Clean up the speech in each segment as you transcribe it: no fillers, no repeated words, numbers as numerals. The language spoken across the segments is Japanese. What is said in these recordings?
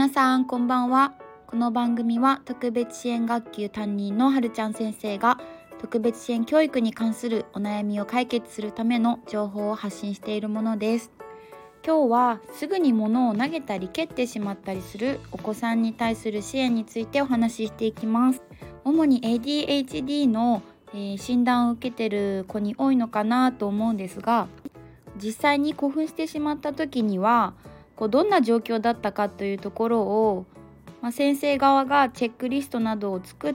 皆さんこんばんは。この番組は特別支援学級担任のはるちゃん先生が特別支援教育に関するお悩みを解決するための情報を発信しているものです。今日はすぐに物を投げたり蹴ってしまったりするお子さんに対する支援についてお話ししていきます。主に ADHD の、診断を受けている子に多いのかなと思うんですが、実際に興奮してしまった時にはどんな状況だったかというところを、先生側がチェックリストなどを作って、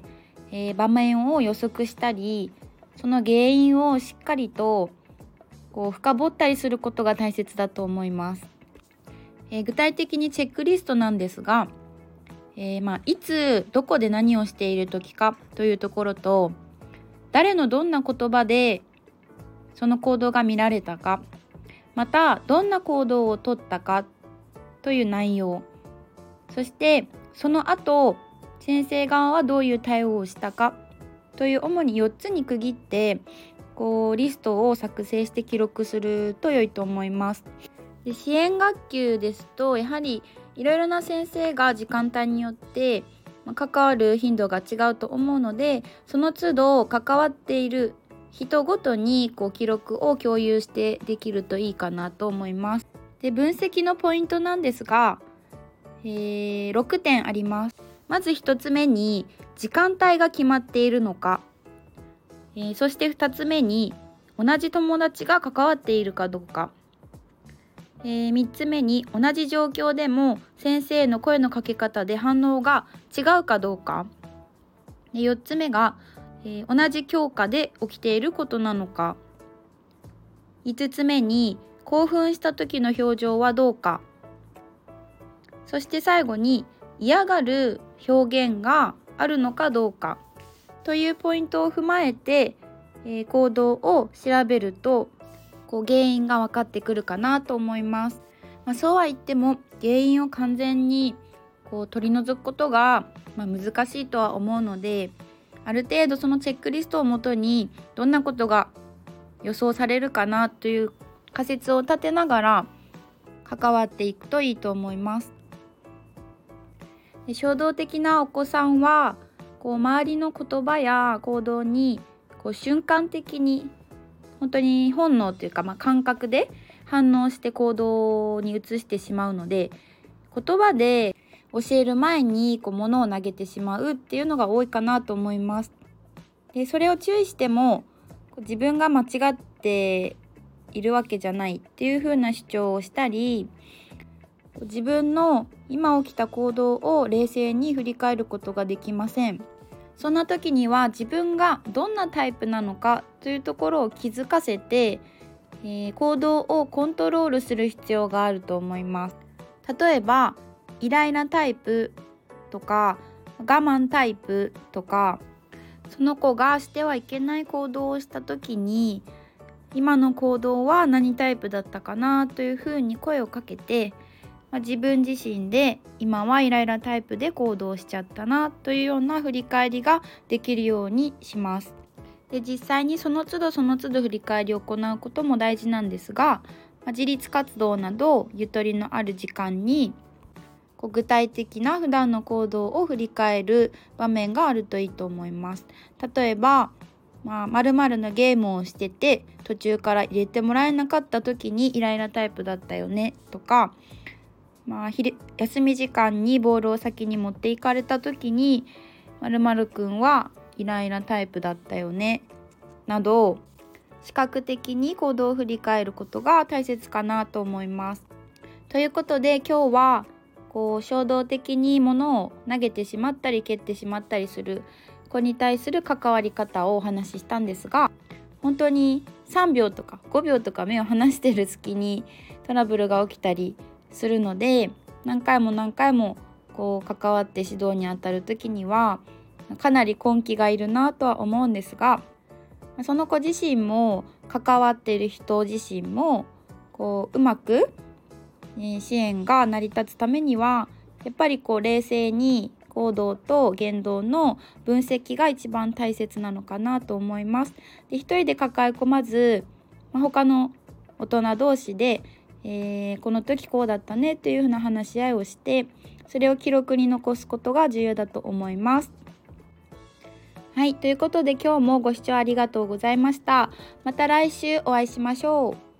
場面を予測したり、その原因をしっかりと深掘ったりすることが大切だと思います。具体的にチェックリストなんですが、いつどこで何をしている時かというところと、誰のどんな言葉でその行動が見られたか、またどんな行動をとったかという内容、そしてその後先生側はどういう対応をしたかという主に4つに区切ってリストを作成して記録すると良いと思います。で、支援学級ですとやはりいろいろな先生が時間帯によって関わる頻度が違うと思うので、その都度関わっている人ごとに記録を共有してできるといいかなと思います。で、分析のポイントなんですが、6点あります。まず1つ目に時間帯が決まっているのか、そして2つ目に同じ友達が関わっているかどうか、3つ目に同じ状況でも先生の声のかけ方で反応が違うかどうか、で4つ目が同じ教科で起きていることなのか、5つ目に興奮した時の表情はどうか、そして最後に嫌がる表現があるのかどうかというポイントを踏まえて、行動を調べると原因が分かってくるかなと思います。そうは言っても原因を完全に取り除くことが、難しいとは思うので、ある程度そのチェックリストをもとにどんなことが予想されるかなという仮説を立てながら関わっていくといいと思います。で、衝動的なお子さんは周りの言葉や行動に瞬間的に本当に本能というか、感覚で反応して行動に移してしまうので、言葉で教える前に物を投げてしまうっていうのが多いかなと思います。で、それを注意しても自分が間違っているわけじゃないっていう風な主張をしたり、自分の今起きた行動を冷静に振り返ることができません。そんな時には自分がどんなタイプなのかというところを気づかせて、行動をコントロールする必要があると思います。例えばイライラタイプとか我慢タイプとか、その子がしてはいけない行動をした時に今の行動は何タイプだったかなというふうに声をかけて、自分自身で今はイライラタイプで行動しちゃったなというような振り返りができるようにします。で、実際にその都度振り返りを行うことも大事なんですが、自立活動などゆとりのある時間に具体的な普段の行動を振り返る場面があるといいと思います。例えば、〇〇のゲームをしてて途中から入れてもらえなかった時にイライラタイプだったよねとか、休み時間にボールを先に持っていかれた時に〇〇くんはイライラタイプだったよねなど、視覚的に行動を振り返ることが大切かなと思います。ということで今日は衝動的に物を投げてしまったり蹴ってしまったりする子に対する関わり方をお話ししたんですが、本当に3秒とか5秒とか目を離してる隙にトラブルが起きたりするので、何回も関わって指導に当たる時にはかなり根気がいるなとは思うんですが、その子自身も関わっている人自身もうまく支援が成り立つためにはやっぱり冷静に行動と言動の分析が一番大切なのかなと思います。で、一人で抱え込まず、他の大人同士で、この時こうだったねっていう風な話し合いをして、 それを記録に残すことが重要だと思います。はい、ということで今日もご視聴ありがとうございました。また来週お会いしましょう。